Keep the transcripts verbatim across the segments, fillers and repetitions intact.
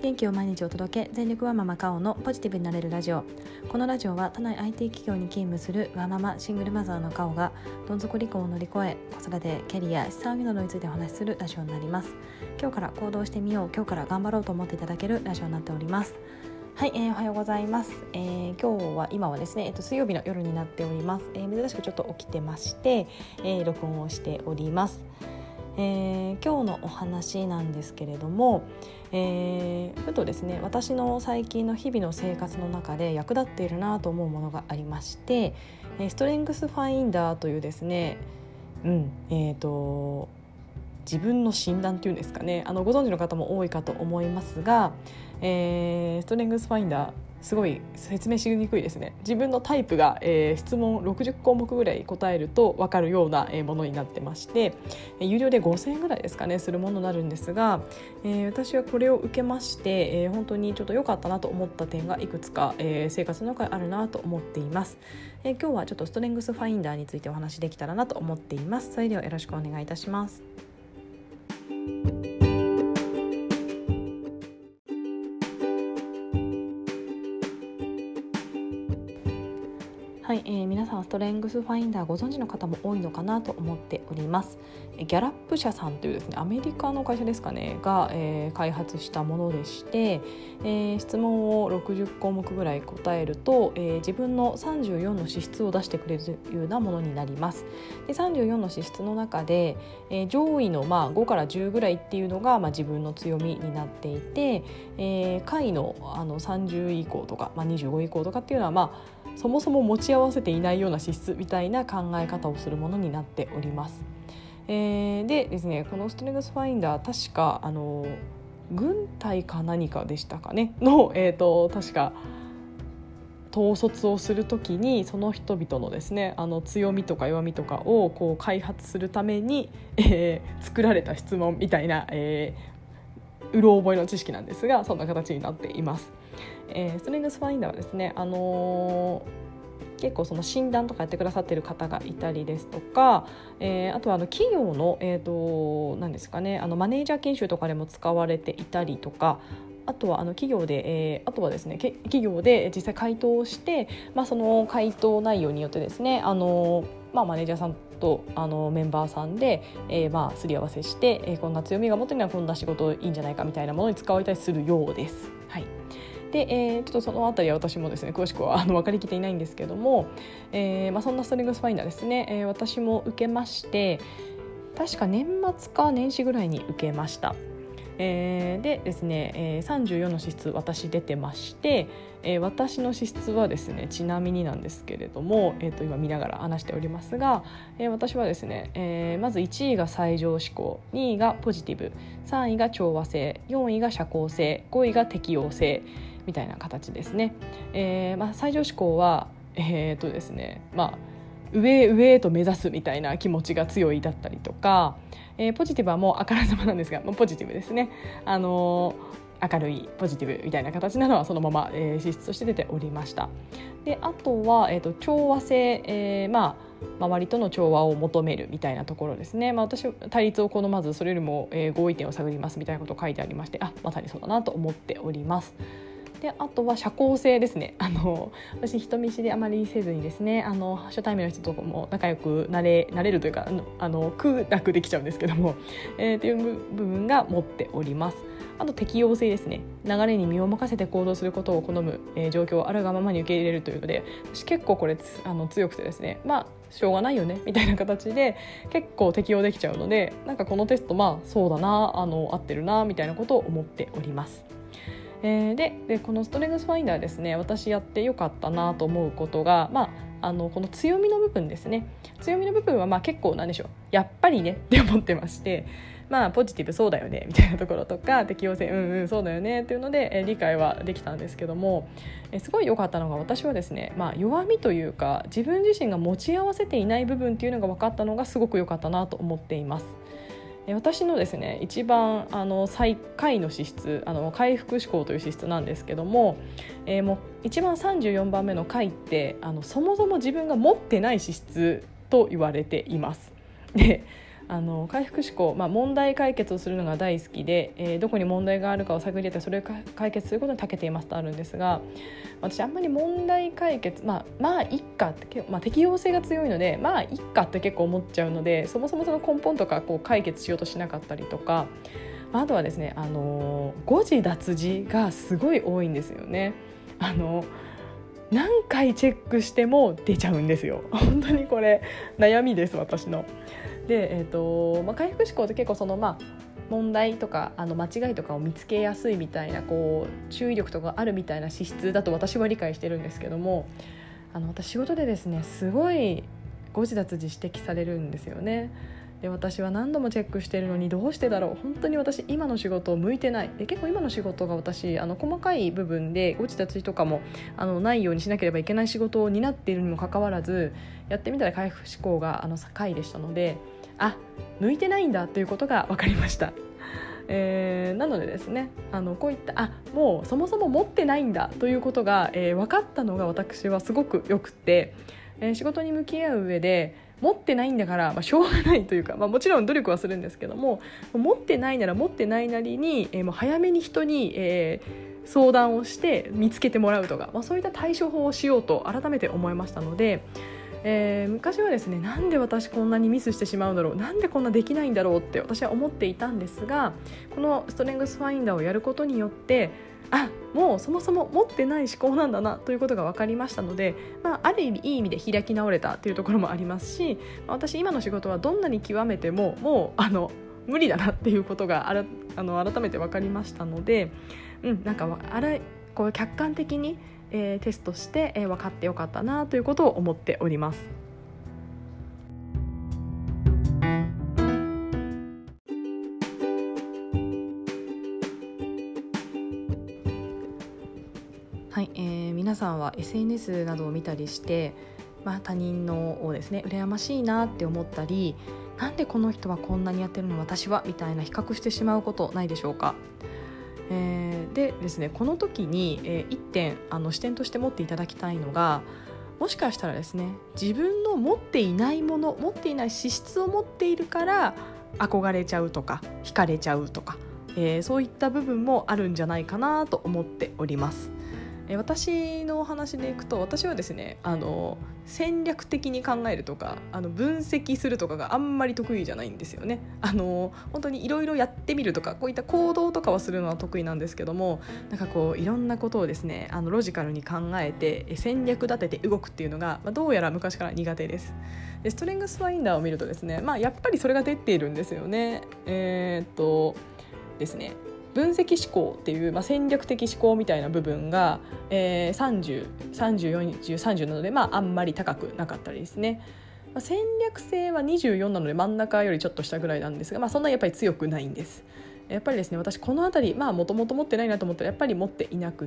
元気を毎日お届け、全力ワーママカオのポジティブになれるラジオ。このラジオは都内 アイティー 企業に勤務するワーママシングルマザーのカオがどん底離婚を乗り越え、子育て、キャリア、資産運用などについてお話しするラジオになります。今日から行動してみよう、今日から頑張ろうと思っていただけるラジオになっております。はい、えー、おはようございます。えー、今日は今はですね、えっと、水曜日の夜になっております。えー、珍しくちょっと起きてまして、えー、録音をしております。えー、今日のお話なんですけれども、えー、ふとですね、私の最近の日々の生活の中で役立っているなと思うものがありまして、ストレングスファインダーというですね、うんえーと自分の診断というんですかね、あのご存知の方も多いかと思いますが、えー、ストレングスファインダーすごい説明しにくいですね。自分のタイプが、えー、質問ろくじゅっこうもくぐらい答えると分かるような、えー、ものになってまして、えー、有料でごせんえんぐらいですかねするものになるんですが、えー、私はこれを受けまして、えー、本当にちょっと良かったなと思った点がいくつか、えー、生活の中にあるなと思っています。えー、今日はちょっとストレングスファインダーについてお話できたらなと思っています。それではよろしくお願いいたします。はい、えー、皆さんストレングスファインダーご存知の方も多いのかなと思っております。ギャラップ社さんというですね、アメリカの会社ですかねが、えー、開発したものでして、えー、質問をろくじゅっこうもくぐらい答えると、えー、自分のさんじゅうよんの資質を出してくれるというようなものになります。でさんじゅうよんの資質の中で、えー、上位の、まあ、ごからじゅうぐらいっていうのが、まあ、自分の強みになっていて、えー、下位の、あのさんじゅう以降とか、まあ、にじゅうご以降とかっていうのは、まあそもそも持ち合わせていないような資質みたいな考え方をするものになっております。えー、でですね、このストレングスファインダー確かあの軍隊か何かでしたかねの、えーと、確か統率をするときにその人々のですね、あの強みとか弱みとかをこう開発するために、えー、作られた質問みたいな、えー、うろ覚えの知識なんですが、そんな形になっています。えー、ストレングスファインダーはですね、あのー、結構その診断とかやってくださっている方がいたりですとか、えー、あとはあの企業の、えーと、何ですかね、あのマネージャー研修とかでも使われていたりとか、あとはあの企業で、えー、あとはですね企業で実際回答をして、まあ、その回答内容によってですね、あのーまあ、マネージャーさんとあのメンバーさんで、えーまあ、すり合わせして、えー、こんな強みが持ってるのはこんな仕事いいんじゃないかみたいなものに使われたりするようです。はい。でえー、ちょっとそのあたりは私もですね詳しくはあの分かりきっていないんですけども、えーまあ、そんなストレングスファインダーですね、えー、私も受けまして、確か年末か年始ぐらいに受けました。えー、でですね、えー、さんじゅうよんの資質私出てまして、えー、私の資質はですね、ちなみになんですけれども、えー、と今見ながら話しておりますが、えー、私はですね、えー、まずいちいが最上志向、にいがポジティブ、さんいが調和性、よんいが社交性、ごいが適応性みたいな形ですね。えーまあ、最上志向はえー、とですねまあ上上へと目指すみたいな気持ちが強いだったりとか、えー、ポジティブはもうあからさまなんですが、まあ、ポジティブですね。あのー、明るいポジティブみたいな形なのはそのまま、えー、資質として出ておりました。であとは、えー、と調和性、えー、まあ周りとの調和を求めるみたいなところですね。まあ、私対立を好まずそれよりも、えー、合意点を探りますみたいなことを書いてありまして、あまさにそうだなと思っております。であとは社交性ですね。あの私人見知りあまりせずにですね、あの初対面の人とも仲良くなれなれるというか、あの苦なくできちゃうんですけども、えー、っていう部分が持っております。あと適応性ですね。流れに身を任せて行動することを好む、えー、状況をあるがままに受け入れるというので、私結構これあの強くてですね、まあしょうがないよねみたいな形で結構適応できちゃうので、なんかこのテストまあそうだな、あの合ってるなみたいなことを思っております。えー、で, でこのストレングスファインダーですね、私やってよかったなと思うことが、まあ、あのこの強みの部分ですね。強みの部分はまあ結構なんでしょう、やっぱりねって思ってまして、まあポジティブそうだよねみたいなところとか、適応性うんうんそうだよねっていうので、えー、理解はできたんですけども、えー、すごい良かったのが、私はですね、まあ、弱みというか自分自身が持ち合わせていない部分っていうのが分かったのがすごく良かったなと思っています。私のですね一番あの最下位の資質、あの回復志向という資質なんですけども、えー、もう一番さんじゅうよんばんめの下位ってあのそもそも自分が持ってない資質と言われています。であの回復思考、まあ、問題解決をするのが大好きで、えー、どこに問題があるかを探り当てそれを解決することに長けていますとあるんですが、私あんまり問題解決まあまあいっかって、まあ、適応性が強いのでまあいっかって結構思っちゃうので、そもそもその根本とかこう解決しようとしなかったりとか、あとはですね、あの誤字脱字がすごい多いんですよね。あの何回チェックしても出ちゃうんですよ。本当にこれ悩みです、私の。で、えーとまあ、回復思考って結構その、まあ、問題とかあの間違いとかを見つけやすいみたいなこう注意力とかあるみたいな資質だと私は理解してるんですけども、あの私仕事でですねすごい誤字脱字指摘されるんですよね。で私は何度もチェックしてるのにどうしてだろう、本当に私今の仕事を向いてない。で結構今の仕事が私あの細かい部分で誤字脱字とかもあのないようにしなければいけない仕事を担っているにもかかわらず、やってみたら回復思考があの高いでしたので、あ向いてないんだということが分かりました。えー、なのでですね、あのこういったあもうそもそも持ってないんだということが、えー、分かったのが私はすごくよくって、えー、仕事に向き合う上で持ってないんだから、まあ、しょうがないというか、まあ、もちろん努力はするんですけども、持ってないなら持ってないなりに、えー、もう早めに人に、えー、相談をして見つけてもらうとか、まあ、そういった対処法をしようと改めて思いましたので、えー、昔はですね、なんで私こんなにミスしてしまうんだろう、なんでこんなできないんだろうって私は思っていたんですが、このストレングスファインダーをやることによって、あもうそもそも持ってない思考なんだなということが分かりましたので、まあ、ある意味いい意味で開き直れたというところもありますし、まあ、私今の仕事はどんなに極めてももうあの無理だなっていうことがあらあの改めて分かりましたので、うん、なんかあれこう客観的に、えー、テストして、えー、分かってよかったなということを思っております。はい、えー、皆さんは エスエヌエス などを見たりして、まあ、他人のをですね羨ましいなって思ったり、なんでこの人はこんなにやってるの私はみたいな比較してしまうことないでしょうか。えー、でですね、この時に、えー、いってんあの視点として持っていただきたいのが、もしかしたらですね、自分の持っていないもの、持っていない資質を持っているから憧れちゃうとか惹かれちゃうとか、えー、そういった部分もあるんじゃないかなと思っております。私のお話でいくと、私はですねあの戦略的に考えるとかあの分析するとかがあんまり得意じゃないんですよね。あの本当にいろいろやってみるとか、こういった行動とかはするのは得意なんですけども、なんかこういろんなことをですねあのロジカルに考えて戦略立てて動くっていうのが、まあ、どうやら昔から苦手です。でストレングスファインダーを見るとですね、まあ、やっぱりそれが出ているんですよね。えー、っとですね分析思考っていう、まあ、戦略的思考みたいな部分が、えー、さんじゅう、さんじゅう、よんじゅう、さんじゅうなので、まあ、あんまり高くなかったりですね、まあ、戦略性はにじゅうよんなので真ん中よりちょっと下ぐらいなんですが、まあ、そんなやっぱり強くないんです。やっぱりですね、私このあたりもともと持ってないなと思ったらやっぱり持っていなくって、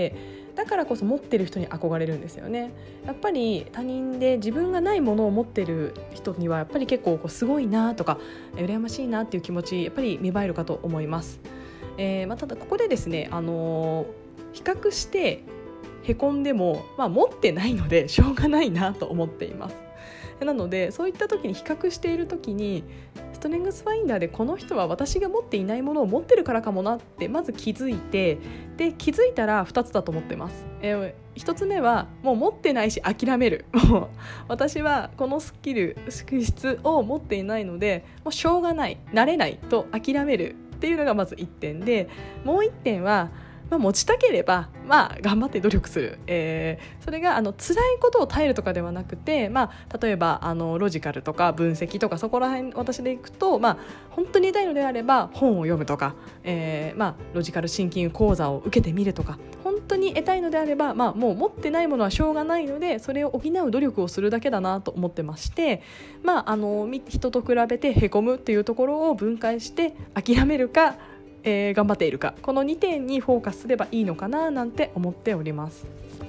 だからこそ持ってる人に憧れるんですよね。やっぱり他人で自分がないものを持ってる人にはやっぱり結構こうすごいなとか羨ましいなっていう気持ちやっぱり芽生えるかと思います。えーまあ、ただここでですね、あのー、比較してへこんでも、まあ、持ってないのでしょうがないなと思っています。なのでそういった時に比較している時にストレングスファインダーでこの人は私が持っていないものを持ってるからかもなってまず気づいて、で気づいたらふたつだと思ってます。えー、ひとつめはもう持ってないし諦める。もう私はこのスキル資質を持っていないのでもうしょうがない、慣れないと諦めるっていうのがまずいってんで、もういってんは、まあ、持ちたければ、まあ、頑張って努力する、えー、それがあの辛いことを耐えるとかではなくて、まあ、例えばあのロジカルとか分析とかそこら辺私でいくと、まあ、本当に痛いのであれば本を読むとか、えーまあ、ロジカルシンキング講座を受けてみるとか、本当に得たいのであれば、まあ、もう持ってないものはしょうがないのでそれを補う努力をするだけだなと思ってまして、まあ、あの人と比べてへこむっていうところを分解して諦めるか、えー、頑張っているか、このにてんにフォーカスすればいいのかななんて思っております。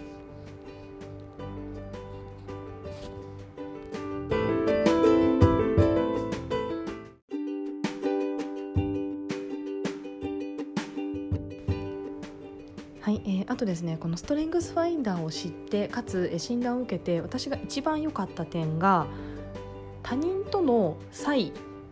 はい、えー、あとですね、このストレングスファインダーを知ってかつ診断を受けて私が一番良かった点が、他人との差異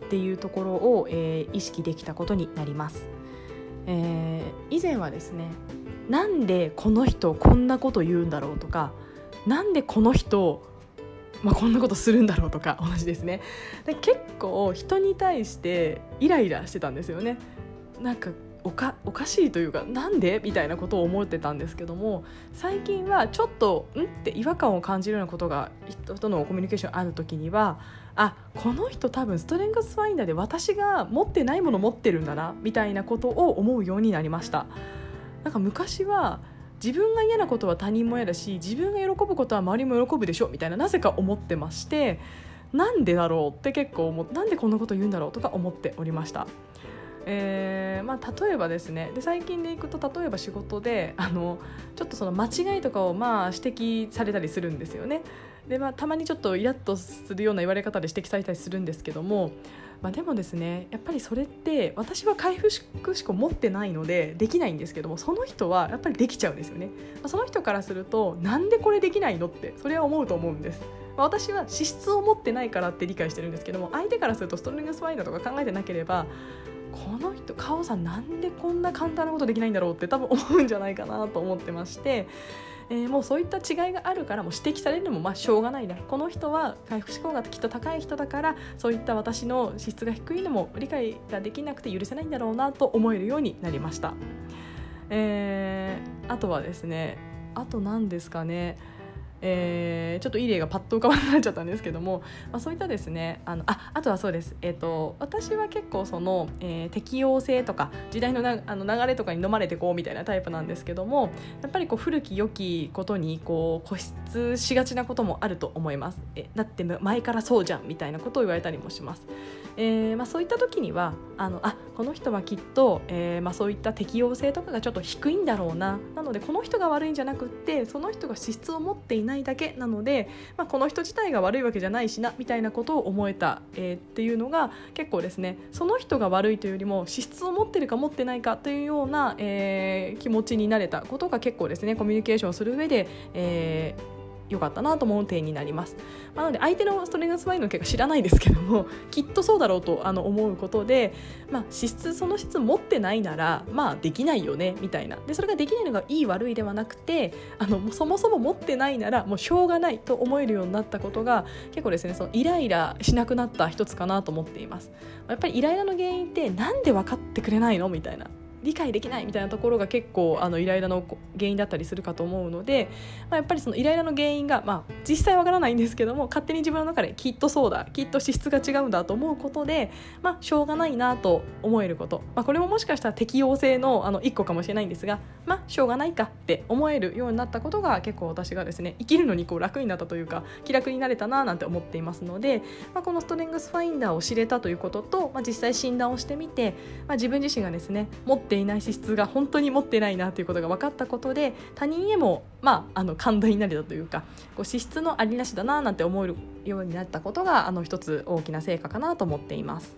っていうところを、えー、意識できたことになります。えー、以前はですね、なんでこの人こんなこと言うんだろうとか、なんでこの人、まあ、こんなことするんだろうとか同じですね。で結構人に対してイライラしてたんですよね。なんかおか、おかしいというか、なんでみたいなことを思ってたんですけども、最近はちょっとんって違和感を感じるようなことが人とのコミュニケーションあるときには、あ、この人多分ストレングスファインダーで私が持ってないもの持ってるんだなみたいなことを思うようになりました。なんか昔は自分が嫌なことは他人も嫌だし、自分が喜ぶことは周りも喜ぶでしょみたいな、なぜか思ってまして、なんでだろうって結構思う、なんでこんなこと言うんだろうとか思っておりました。えーまあ、例えばですね、で最近でいくと、例えば仕事であのちょっとその間違いとかをまあ指摘されたりするんですよね。で、まあ、たまにちょっとイラッとするような言われ方で指摘されたりするんですけども、まあ、でもですね、やっぱりそれって私は回復思考持ってないのでできないんですけども、その人はやっぱりできちゃうんですよね。まあ、その人からすると、なんでこれできないのってそれは思うと思うんです。まあ、私は資質を持ってないからって理解してるんですけども、相手からするとストレングスファインダーとか考えてなければ、この人カオさんなんでこんな簡単なことできないんだろうって多分思うんじゃないかなと思ってまして、えー、もうそういった違いがあるからもう指摘されるのもまあしょうがないな、この人は回復思考がきっと高い人だから、そういった私の資質が低いのも理解ができなくて許せないんだろうなと思えるようになりました。えー、あとはですね、あと何ですかね、えー、ちょっといい例がパッと浮かばなくなっちゃったんですけども、まあ、そういったですね、あの あ, あとはそうです、えー、と私は結構その、えー、適応性とか時代のなあの流れとかに飲まれてこうみたいなタイプなんですけども、やっぱりこう古き良きことにこう固執しがちなこともあると思います。えだって前からそうじゃんみたいなことを言われたりもします。えーまあ、そういった時にはあのあこの人はきっと、えーまあ、そういった適応性とかがちょっと低いんだろうな、なのでこの人が悪いんじゃなくってその人が資質を持っていないだけなので、まあ、この人自体が悪いわけじゃないしなみたいなことを思えた、えー、っていうのが結構ですね、その人が悪いというよりも資質を持ってるか持ってないかというような、えー、気持ちになれたことが結構ですね、コミュニケーションをする上で、えー良かったなと思う点になります。なので相手のストレングスファインダーの結果知らないですけども、きっとそうだろうとあの思うことで、まあ、資質その質持ってないならまあできないよねみたいな、でそれができないのがいい悪いではなくて、あのそもそも持ってないならもうしょうがないと思えるようになったことが結構ですね、そのイライラしなくなった一つかなと思っています。やっぱりイライラの原因ってなんで分かってくれないのみたいな、理解できないみたいなところが結構あのイライラの原因だったりするかと思うので、まあ、やっぱりそのイライラの原因が、まあ、実際わからないんですけども、勝手に自分の中できっとそうだ、きっと資質が違うんだと思うことで、まあ、しょうがないなと思えること、まあ、これももしかしたら適応性のあの一個かもしれないんですが、まあ、しょうがないかって思えるようになったことが結構私がですね、生きるのにこう楽になったというか気楽になれたななんて思っていますので、まあ、このストレングスファインダーを知れたということと、まあ、実際診断をしてみて、まあ、自分自身がですね持っていない資質が本当に持ってないなということが分かったことで、他人へも、まあ、あの寛大になれたというか、こう資質のありなしだななんて思えるようになったことがあの一つ大きな成果かなと思っています。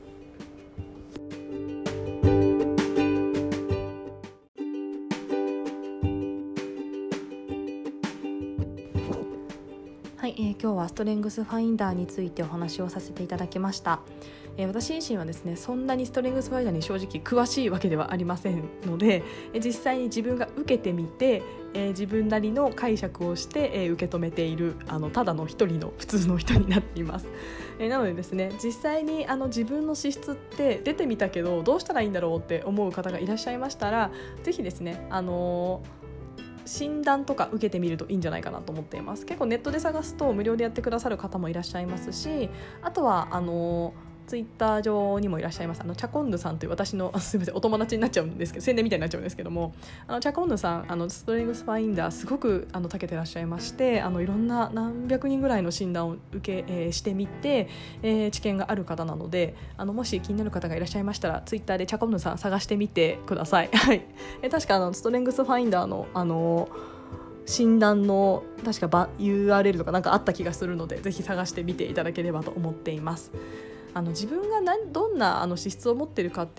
はい、えー、今日はストレングスファインダーについてお話をさせていただきました。えー、私自身はですね、そんなにストレングスファインダーに正直詳しいわけではありませんので、えー、実際に自分が受けてみて、えー、自分なりの解釈をして、えー、受け止めているあのただの一人の普通の人になっています。えー、なのでですね、実際にあの自分の資質って出てみたけどどうしたらいいんだろうって思う方がいらっしゃいましたら、ぜひですね、あのー診断とか受けてみるといいんじゃないかなと思っています。結構ネットで探すと無料でやってくださる方もいらっしゃいますし、あとはあのツイッター上にもいらっしゃいますあのチャコンヌさんという私のすみませんお友達になっちゃうんですけど、宣伝みたいになっちゃうんですけども、あのチャコンヌさん、あのストレングスファインダーすごくあの長けてらっしゃいまして、あのいろんな何百人ぐらいの診断を受け、えー、してみて、えー、知見がある方なので、あのもし気になる方がいらっしゃいましたらツイッターでチャコンヌさん探してみてください。はい、え確かあのストレングスファインダーのあの診断の確か ユーアールエル とかなんかあった気がするので、ぜひ探してみていただければと思っています。あの自分が何どんなあの資質を持っているかって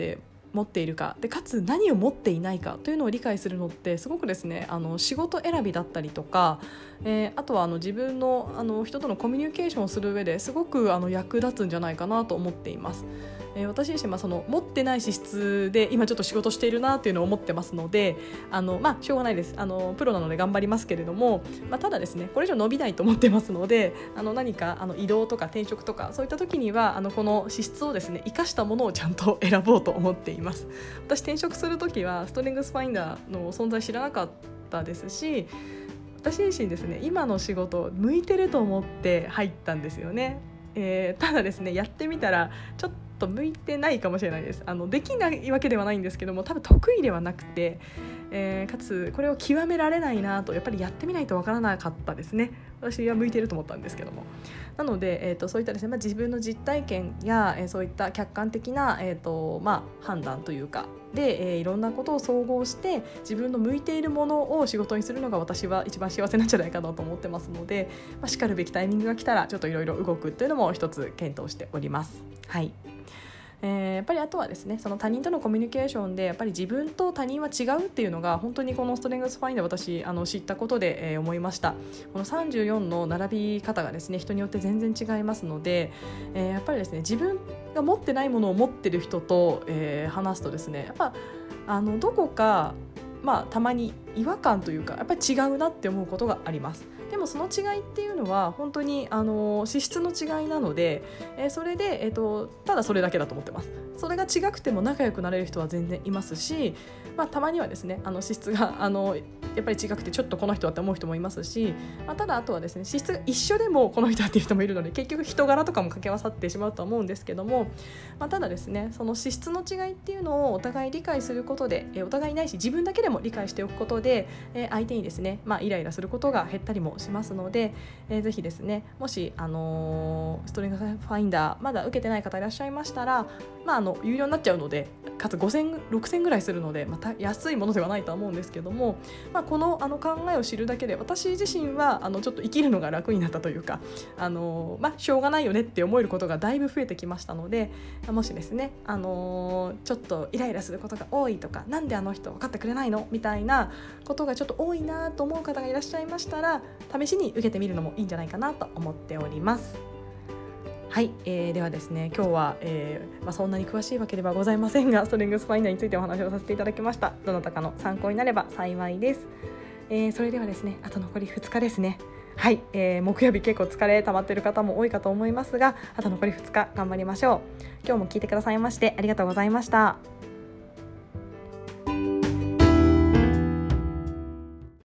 持っているかで、かつ何を持っていないかというのを理解するのってすごくですね、あの仕事選びだったりとか、えー、あとはあの自分の、あの人とのコミュニケーションをする上ですごくあの役立つんじゃないかなと思っています。えー、私自身はその持ってない資質で今ちょっと仕事しているなっていうのを思ってますので、あの、まあ、しょうがないです、あのプロなので頑張りますけれども、まあ、ただですねこれ以上伸びないと思ってますので、あの何かあの移動とか転職とかそういった時にはあのこの資質をですね生かしたものをちゃんと選ぼうと思っています。私転職する時はストレングスファインダーの存在知らなかったですし、私自身ですね今の仕事向いてると思って入ったんですよね。えー、ただですねやってみたらちょっと向いてないかもしれないです。あのできないわけではないんですけども、多分得意ではなくて、えー、かつこれを極められないなとやっぱりやってみないとわからなかったですね。私は向いていると思ったんですけども、なので、えー、とそういったですね、まあ、自分の実体験や、えー、そういった客観的な、えーとまあ、判断というかで、えー、いろんなことを総合して自分の向いているものを仕事にするのが私は一番幸せなんじゃないかなと思ってますので、まあ、しかるべきタイミングが来たらちょっといろいろ動くというのも一つ検討しております。はい。えー、やっぱりあとはですね、その他人とのコミュニケーションでやっぱり自分と他人は違うっていうのが本当にこのストレングスファインダー私あの知ったことで、えー、思いました。このさんじゅうよんの並び方がですね人によって全然違いますので、えー、やっぱりですね自分が持ってないものを持ってる人と、えー、話すとですねやっぱあのどこかまあたまに違和感というかやっぱり違うなって思うことがあります。でもその違いっていうのは本当にあの資質の違いなので、えー、それで、えーと、ただそれだけだと思ってます。それが違くても仲良くなれる人は全然いますし、まあ、たまにはですねあの資質があのやっぱり違くてちょっとこの人はって思う人もいますし、まあ、ただあとはですね資質が一緒でもこの人はっていう人もいるので結局人柄とかも掛け合わさってしまうとは思うんですけども、まあ、ただですねその資質の違いっていうのをお互い理解することで、えー、お互いないし自分だけでも理解しておくことで、えー、相手にですね、まあ、イライラすることが減ったりもしますので、えー、ぜひですねもし、あのー、ストレングスファインダーまだ受けてない方いらっしゃいましたら、まあ、あの有料になっちゃうのでかつごせん、ろくせんぐらいするので、また安いものではないとは思うんですけども、まあ、この、あの考えを知るだけで私自身はあのちょっと生きるのが楽になったというか、あのーまあ、しょうがないよねって思えることがだいぶ増えてきましたので、もしですね、あのー、ちょっとイライラすることが多いとかなんであの人分かってくれないのみたいなことがちょっと多いなと思う方がいらっしゃいましたら試しに受けてみるのもいいんじゃないかなと思っております。はい、えー、ではですね今日は、えーまあ、そんなに詳しいわけではございませんがストレングスファインダーについてお話をさせていただきました。どなたかの参考になれば幸いです。えー、それではですねあと残りふつかですね。はい、えー、木曜日結構疲れ溜まっている方も多いかと思いますがあと残りふつか頑張りましょう。今日も聞いてくださいましてありがとうございました。